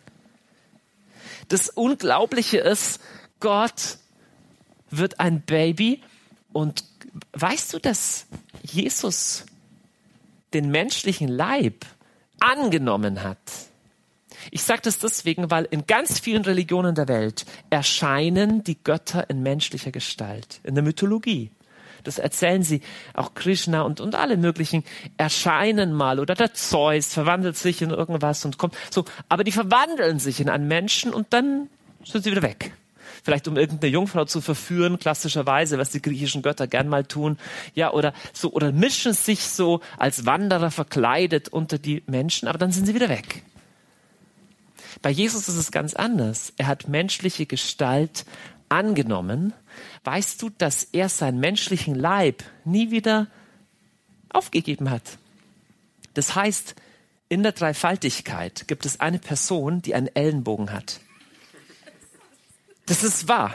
Das Unglaubliche ist, Gott wird ein Baby. Und weißt du, dass Jesus den menschlichen Leib angenommen hat? Ich sage das deswegen, weil in ganz vielen Religionen der Welt erscheinen die Götter in menschlicher Gestalt, in der Mythologie. Das erzählen sie, auch Krishna und alle möglichen erscheinen mal. Oder der Zeus verwandelt sich in irgendwas und kommt so. Aber die verwandeln sich in einen Menschen und dann sind sie wieder weg. Vielleicht um irgendeine Jungfrau zu verführen, klassischerweise, was die griechischen Götter gern mal tun. Ja, oder so, oder mischen sich so als Wanderer verkleidet unter die Menschen, aber dann sind sie wieder weg. Bei Jesus ist es ganz anders. Er hat menschliche Gestalt angenommen. Weißt du, dass er seinen menschlichen Leib nie wieder aufgegeben hat? Das heißt, in der Dreifaltigkeit gibt es eine Person, die einen Ellenbogen hat. Das ist wahr.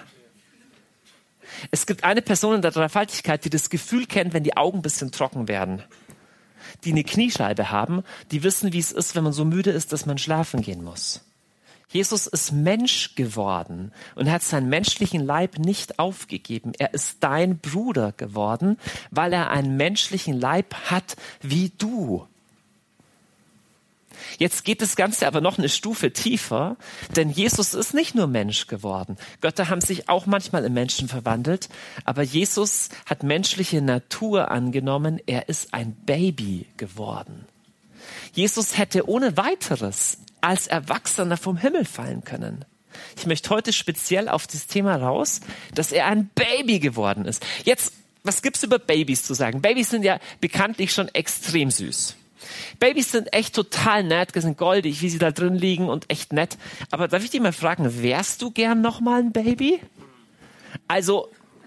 Es gibt eine Person in der Dreifaltigkeit, die das Gefühl kennt, wenn die Augen ein bisschen trocken werden. Die eine Kniescheibe haben, die wissen, wie es ist, wenn man so müde ist, dass man schlafen gehen muss. Jesus ist Mensch geworden und hat seinen menschlichen Leib nicht aufgegeben. Er ist dein Bruder geworden, weil er einen menschlichen Leib hat wie du. Jetzt geht das Ganze aber noch eine Stufe tiefer, denn Jesus ist nicht nur Mensch geworden. Götter haben sich auch manchmal in Menschen verwandelt, aber Jesus hat menschliche Natur angenommen. Er ist ein Baby geworden. Jesus hätte ohne weiteres als Erwachsener vom Himmel fallen können. Ich möchte heute speziell auf das Thema raus, dass er ein Baby geworden ist. Jetzt, was gibt's über Babys zu sagen? Babys sind ja bekanntlich schon extrem süß. Babys sind echt total nett, die sind goldig, wie sie da drin liegen und echt nett. Aber darf ich dich mal fragen, wärst du gern noch mal ein Baby? Also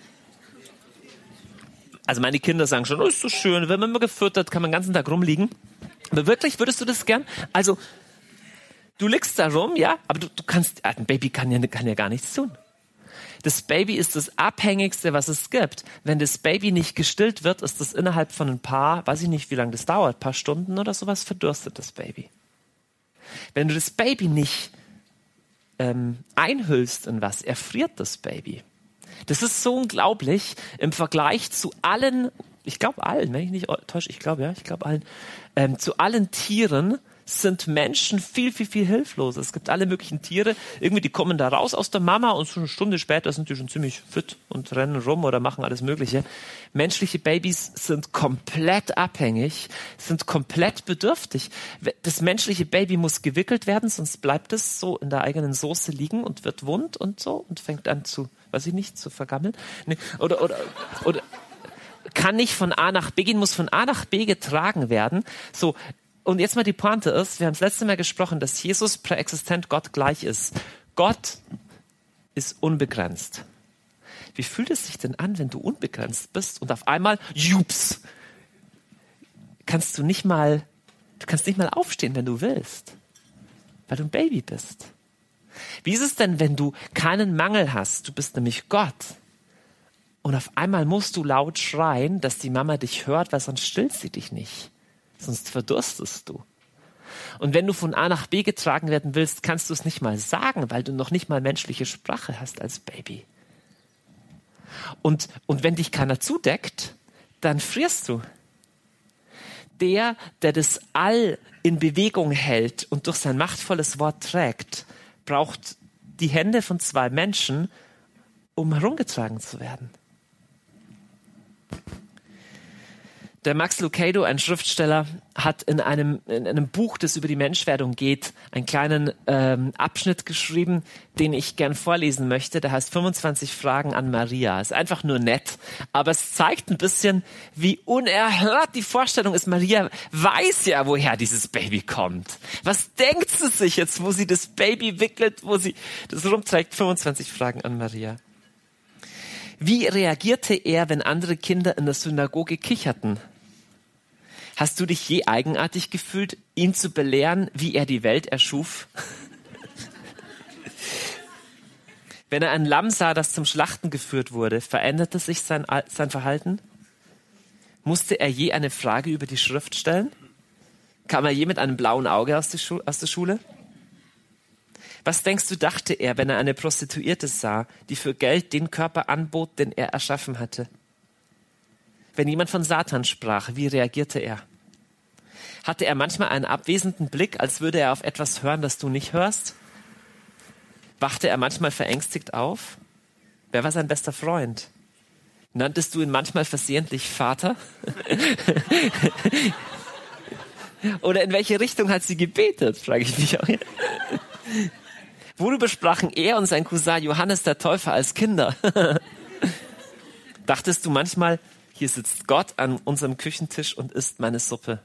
meine Kinder sagen schon, oh, ist so schön, wenn man mal gefüttert, kann man den ganzen Tag rumliegen. Aber wirklich, würdest du das gern? Also, du liegst da rum, ja, aber du kannst, ein Baby kann ja gar nichts tun. Das Baby ist das Abhängigste, was es gibt. Wenn das Baby nicht gestillt wird, ist das innerhalb von ein paar, weiß ich nicht, wie lange das dauert, ein paar Stunden oder sowas, verdurstet das Baby. Wenn du das Baby nicht einhüllst in was, erfriert das Baby. Das ist so unglaublich im Vergleich zu allen, ich glaube allen, wenn ich nicht täusche, ich glaube allen, zu allen Tieren sind Menschen viel, viel, viel hilfloser. Es gibt alle möglichen Tiere, irgendwie die kommen da raus aus der Mama und so eine Stunde später sind die schon ziemlich fit und rennen rum oder machen alles Mögliche. Menschliche Babys sind komplett abhängig, sind komplett bedürftig. Das menschliche Baby muss gewickelt werden, sonst bleibt es so in der eigenen Soße liegen und wird wund und so und fängt an zu, zu vergammeln. Nee, oder kann nicht von A nach B gehen, muss von A nach B getragen werden. So. Und jetzt mal die Pointe ist, wir haben das letzte Mal gesprochen, dass Jesus präexistent Gott gleich ist. Gott ist unbegrenzt. Wie fühlt es sich denn an, wenn du unbegrenzt bist und auf einmal, jups, kannst nicht mal aufstehen, wenn du willst, weil du ein Baby bist. Wie ist es denn, wenn du keinen Mangel hast? Du bist nämlich Gott. Und auf einmal musst du laut schreien, dass die Mama dich hört, weil sonst stillt sie dich nicht. Sonst verdurstest du. Und wenn du von A nach B getragen werden willst, kannst du es nicht mal sagen, weil du noch nicht mal menschliche Sprache hast als Baby. Und wenn dich keiner zudeckt, dann frierst du. Der das All in Bewegung hält und durch sein machtvolles Wort trägt, braucht die Hände von zwei Menschen, um herumgetragen zu werden. Der Max Lucado, ein Schriftsteller, hat in einem Buch, das über die Menschwerdung geht, einen kleinen Abschnitt geschrieben, den ich gern vorlesen möchte. Der heißt 25 Fragen an Maria. Ist einfach nur nett, aber es zeigt ein bisschen, wie unerhört die Vorstellung ist. Maria weiß ja, woher dieses Baby kommt. Was denkt sie sich jetzt, wo sie das Baby wickelt, wo sie das rumträgt? 25 Fragen an Maria. Wie reagierte er, wenn andere Kinder in der Synagoge kicherten? Hast du dich je eigenartig gefühlt, ihn zu belehren, wie er die Welt erschuf? Wenn er ein Lamm sah, das zum Schlachten geführt wurde, veränderte sich sein Verhalten? Musste er je eine Frage über die Schrift stellen? Kam er je mit einem blauen Auge aus der Schule? Was denkst du, dachte er, wenn er eine Prostituierte sah, die für Geld den Körper anbot, den er erschaffen hatte? Wenn jemand von Satan sprach, wie reagierte er? Hatte er manchmal einen abwesenden Blick, als würde er auf etwas hören, das du nicht hörst? Wachte er manchmal verängstigt auf? Wer war sein bester Freund? Nanntest du ihn manchmal versehentlich Vater? Oder in welche Richtung hat sie gebetet, frage ich mich auch. Worüber sprachen er und sein Cousin Johannes der Täufer als Kinder? Dachtest du manchmal, hier sitzt Gott an unserem Küchentisch und isst meine Suppe?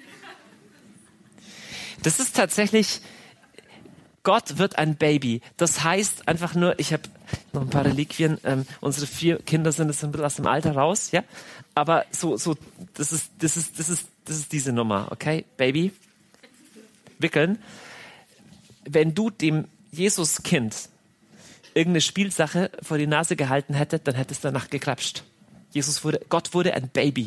Das ist tatsächlich, Gott wird ein Baby. Das heißt einfach nur, ich habe noch ein paar Reliquien, unsere 4 Kinder sind jetzt ein bisschen aus dem Alter raus, ja? Aber das ist diese Nummer, okay? Baby, wickeln. Wenn du dem Jesus-Kind irgendeine Spielsache vor die Nase gehalten hättest, dann hättest du danach gekrapscht. Gott wurde ein Baby.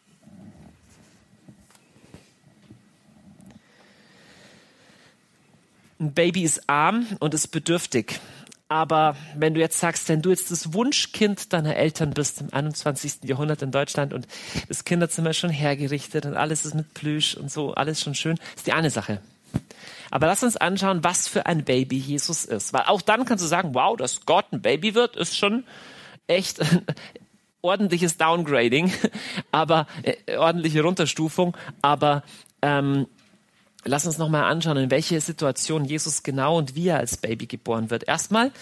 Ein Baby ist arm und ist bedürftig. Aber wenn du jetzt sagst, wenn du jetzt das Wunschkind deiner Eltern bist im 21. Jahrhundert in Deutschland und das Kinderzimmer ist schon hergerichtet und alles ist mit Plüsch und so, alles schon schön, ist die eine Sache. Aber lass uns anschauen, was für ein Baby Jesus ist. Weil auch dann kannst du sagen, wow, dass Gott ein Baby wird, ist schon echt ein ordentliches Downgrading, aber ordentliche Runterstufung. Aber lass uns nochmal anschauen, in welche Situation Jesus genau und wie er als Baby geboren wird. Erstmal,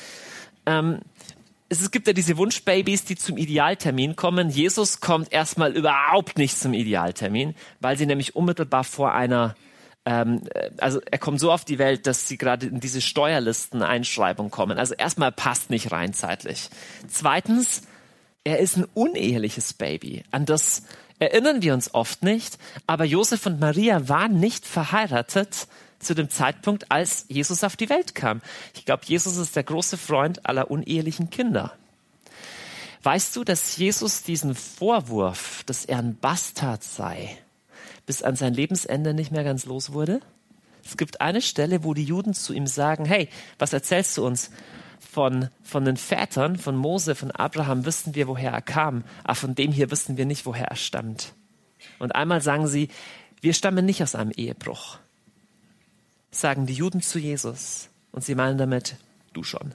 es gibt ja diese Wunschbabys, die zum Idealtermin kommen. Jesus kommt erstmal überhaupt nicht zum Idealtermin, weil sie nämlich unmittelbar vor einer also er kommt so auf die Welt, dass sie gerade in diese Steuerlisten-Einschreibung kommen. Also erstmal passt nicht rein zeitlich. Zweitens, er ist ein uneheliches Baby. An das erinnern wir uns oft nicht. Aber Josef und Maria waren nicht verheiratet zu dem Zeitpunkt, als Jesus auf die Welt kam. Ich glaube, Jesus ist der große Freund aller unehelichen Kinder. Weißt du, dass Jesus diesen Vorwurf, dass er ein Bastard sei, bis an sein Lebensende nicht mehr ganz los wurde? Es gibt eine Stelle, wo die Juden zu ihm sagen, hey, was erzählst du uns? Von den Vätern, von Mose, von Abraham wissen wir, woher er kam, aber von dem hier wissen wir nicht, woher er stammt. Und einmal sagen sie, wir stammen nicht aus einem Ehebruch. Sagen die Juden zu Jesus. Und sie meinen damit, du schon.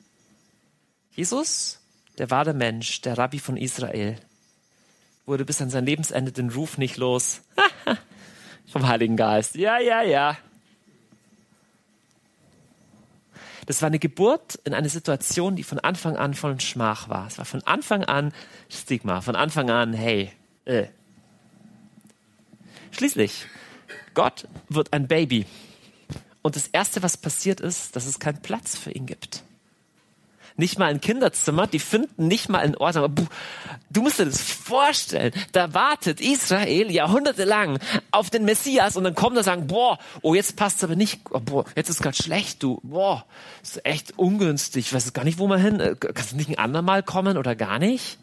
Jesus, der wahre Mensch, der Rabbi von Israel, wurde bis an sein Lebensende den Ruf nicht los. Vom Heiligen Geist. Ja. Das war eine Geburt in eine Situation, die von Anfang an voll Schmach war. Es war von Anfang an Stigma, von Anfang an, hey. Schließlich, Gott wird ein Baby. Und das Erste, was passiert ist, dass es keinen Platz für ihn gibt. Nicht mal ein Kinderzimmer, die finden nicht mal einen Ort. Aber du musst dir das vorstellen, da wartet Israel jahrhundertelang auf den Messias und dann kommt er und sagen, jetzt passt es aber nicht, jetzt ist es gerade schlecht, ist echt ungünstig, ich weiß gar nicht, wo man hin, kannst du nicht ein andermal kommen oder gar nicht?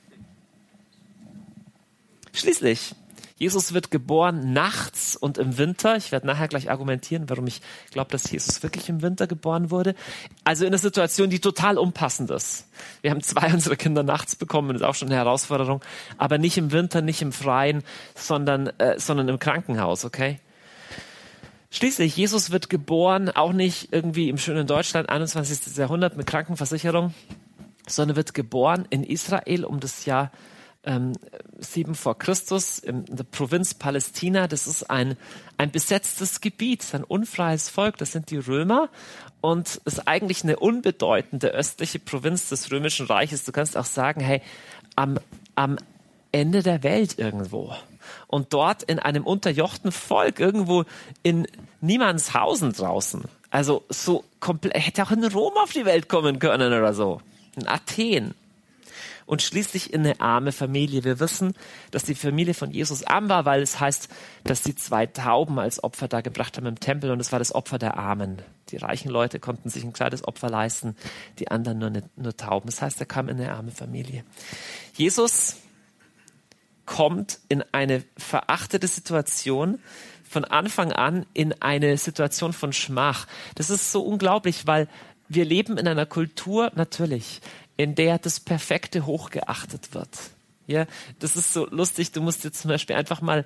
Schließlich, Jesus wird geboren nachts und im Winter. Ich werde nachher gleich argumentieren, warum ich glaube, dass Jesus wirklich im Winter geboren wurde. Also in einer Situation, die total unpassend ist. Wir haben 2 unserer Kinder nachts bekommen, das ist auch schon eine Herausforderung. Aber nicht im Winter, nicht im Freien, sondern im Krankenhaus, okay? Schließlich, Jesus wird geboren, auch nicht irgendwie im schönen Deutschland, 21. Jahrhundert mit Krankenversicherung, sondern wird geboren in Israel um das Jahr 7 vor Christus in der Provinz Palästina. Das ist ein besetztes Gebiet, ein unfreies Volk, das sind die Römer und ist eigentlich eine unbedeutende östliche Provinz des Römischen Reiches. Du kannst auch sagen, hey, am Ende der Welt irgendwo. Und dort in einem unterjochten Volk, irgendwo in Niemandshausen draußen. Also so komplett, hätte auch in Rom auf die Welt kommen können oder so. In Athen. Und schließlich in eine arme Familie. Wir wissen, dass die Familie von Jesus arm war, weil es heißt, dass sie 2 Tauben als Opfer da gebracht haben im Tempel und es war das Opfer der Armen. Die reichen Leute konnten sich ein kleines Opfer leisten, die anderen nur Tauben. Das heißt, er kam in eine arme Familie. Jesus kommt in eine verachtete Situation, von Anfang an in eine Situation von Schmach. Das ist so unglaublich, weil wir leben in einer Kultur, natürlich, in der das Perfekte hochgeachtet wird. Ja, das ist so lustig. Du musst dir zum Beispiel einfach mal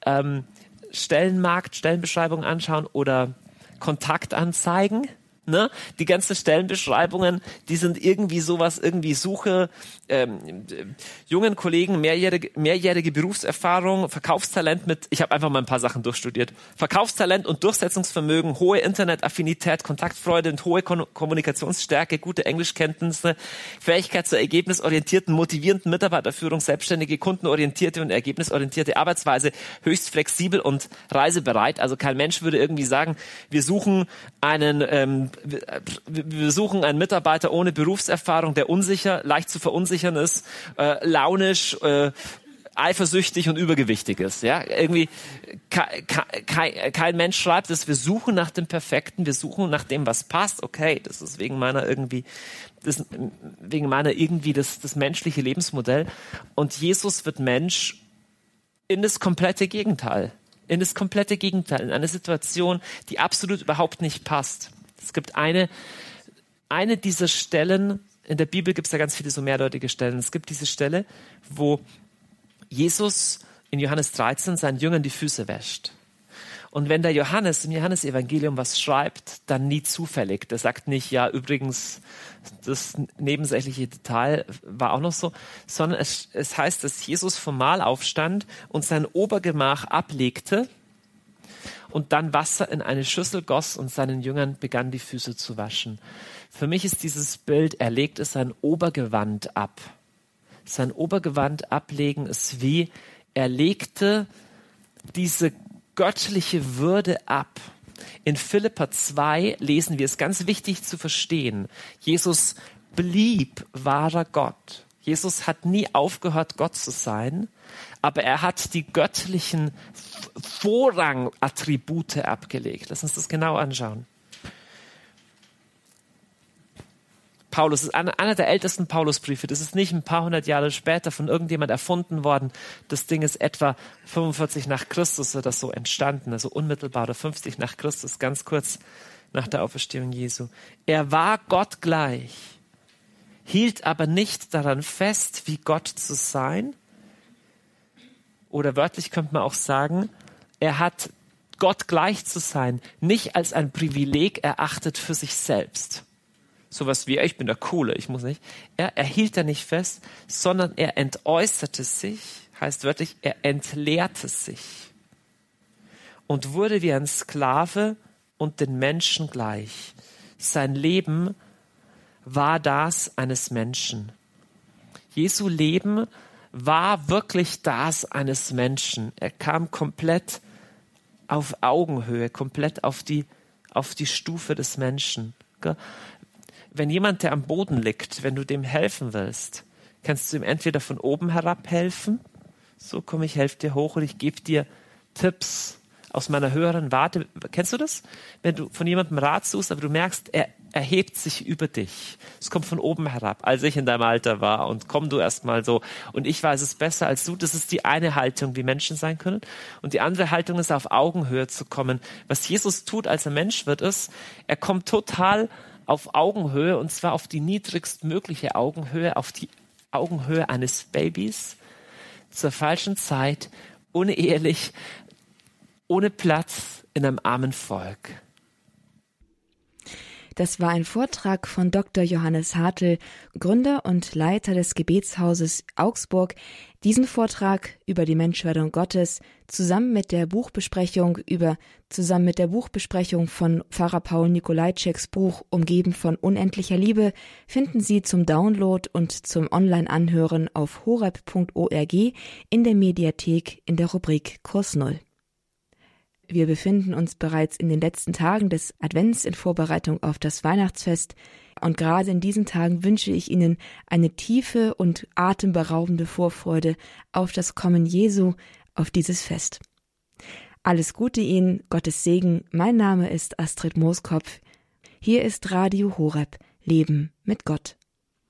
Stellenbeschreibungen anschauen oder Kontaktanzeigen. Ne? Die ganzen Stellenbeschreibungen, die sind irgendwie sowas, irgendwie Suche, jungen Kollegen, mehrjährige Berufserfahrung, Verkaufstalent ich habe einfach mal ein paar Sachen durchstudiert. Verkaufstalent und Durchsetzungsvermögen, hohe Internetaffinität, Kontaktfreude und hohe Kommunikationsstärke, gute Englischkenntnisse, Fähigkeit zur ergebnisorientierten, motivierenden Mitarbeiterführung, selbstständige, kundenorientierte und ergebnisorientierte Arbeitsweise, höchst flexibel und reisebereit. Also kein Mensch würde irgendwie sagen, wir suchen einen Mitarbeiter ohne Berufserfahrung, der unsicher, leicht zu verunsichern ist, launisch, eifersüchtig und übergewichtig ist. Ja, irgendwie kein Mensch schreibt es. Wir suchen nach dem Perfekten, wir suchen nach dem, was passt. Okay, das ist wegen meiner das menschliche Lebensmodell. Und Jesus wird Mensch in das komplette Gegenteil. In eine Situation, die absolut überhaupt nicht passt. Es gibt eine dieser Stellen, in der Bibel gibt es da ganz viele so mehrdeutige Stellen. Es gibt diese Stelle, wo Jesus in Johannes 13 seinen Jüngern die Füße wäscht. Und wenn der Johannes im Johannesevangelium was schreibt, dann nie zufällig. Der sagt nicht, ja, übrigens, das nebensächliche Detail war auch noch so, sondern es heißt, dass Jesus vom Mahl aufstand und sein Obergemach ablegte und dann Wasser in eine Schüssel goss und seinen Jüngern begann, die Füße zu waschen. Für mich ist dieses Bild, er legte sein Obergewand ab. Sein Obergewand ablegen ist wie, er legte diese göttliche Würde ab. In Philipper 2 lesen wir es, ganz wichtig zu verstehen. Jesus blieb wahrer Gott. Jesus hat nie aufgehört, Gott zu sein, aber er hat die göttlichen Vorrangattribute abgelegt. Lass uns das genau anschauen. Paulus ist einer der ältesten Paulusbriefe. Das ist nicht ein paar hundert Jahre später von irgendjemand erfunden worden. Das Ding ist etwa 45 nach Christus oder so entstanden, also unmittelbar oder 50 nach Christus, ganz kurz nach der Auferstehung Jesu. Er war Gott gleich, hielt aber nicht daran fest, wie Gott zu sein. Oder wörtlich könnte man auch sagen, er hat Gott gleich zu sein nicht als ein Privileg erachtet für sich selbst. Sowas wie, ich bin der Coole, ich muss nicht. Er hielt da nicht fest, sondern er entäußerte sich, heißt wörtlich, er entleerte sich und wurde wie ein Sklave und den Menschen gleich. Sein Leben war das eines Menschen. Jesu Leben war wirklich das eines Menschen. Er kam komplett auf Augenhöhe, komplett auf die Stufe des Menschen. Wenn jemand, der am Boden liegt, wenn du dem helfen willst, kannst du ihm entweder von oben herab helfen, so komm, ich helfe dir hoch und ich gebe dir Tipps aus meiner höheren Warte. Kennst du das? Wenn du von jemandem Rat suchst, aber du merkst, er erhebt sich über dich. Es kommt von oben herab, als ich in deinem Alter war und komm du erst mal so und ich weiß es besser als du. Das ist die eine Haltung, wie Menschen sein können. Und die andere Haltung ist, auf Augenhöhe zu kommen. Was Jesus tut, als er Mensch wird, ist, er kommt total auf Augenhöhe, und zwar auf die niedrigstmögliche Augenhöhe, auf die Augenhöhe eines Babys, zur falschen Zeit, unehelich, ohne Platz in einem armen Volk. Das war ein Vortrag von Dr. Johannes Hartl, Gründer und Leiter des Gebetshauses Augsburg. Diesen Vortrag über die Menschwerdung Gottes zusammen mit der Buchbesprechung von Pfarrer Paul Nikolajczeks Buch Umgeben von unendlicher Liebe finden Sie zum Download und zum Online-Anhören auf horeb.org in der Mediathek in der Rubrik Kurs Null. Wir befinden uns bereits in den letzten Tagen des Advents in Vorbereitung auf das Weihnachtsfest und gerade in diesen Tagen wünsche ich Ihnen eine tiefe und atemberaubende Vorfreude auf das Kommen Jesu, auf dieses Fest. Alles Gute Ihnen, Gottes Segen. Mein Name ist Astrid Mooskopf. Hier ist Radio Horeb, Leben mit Gott.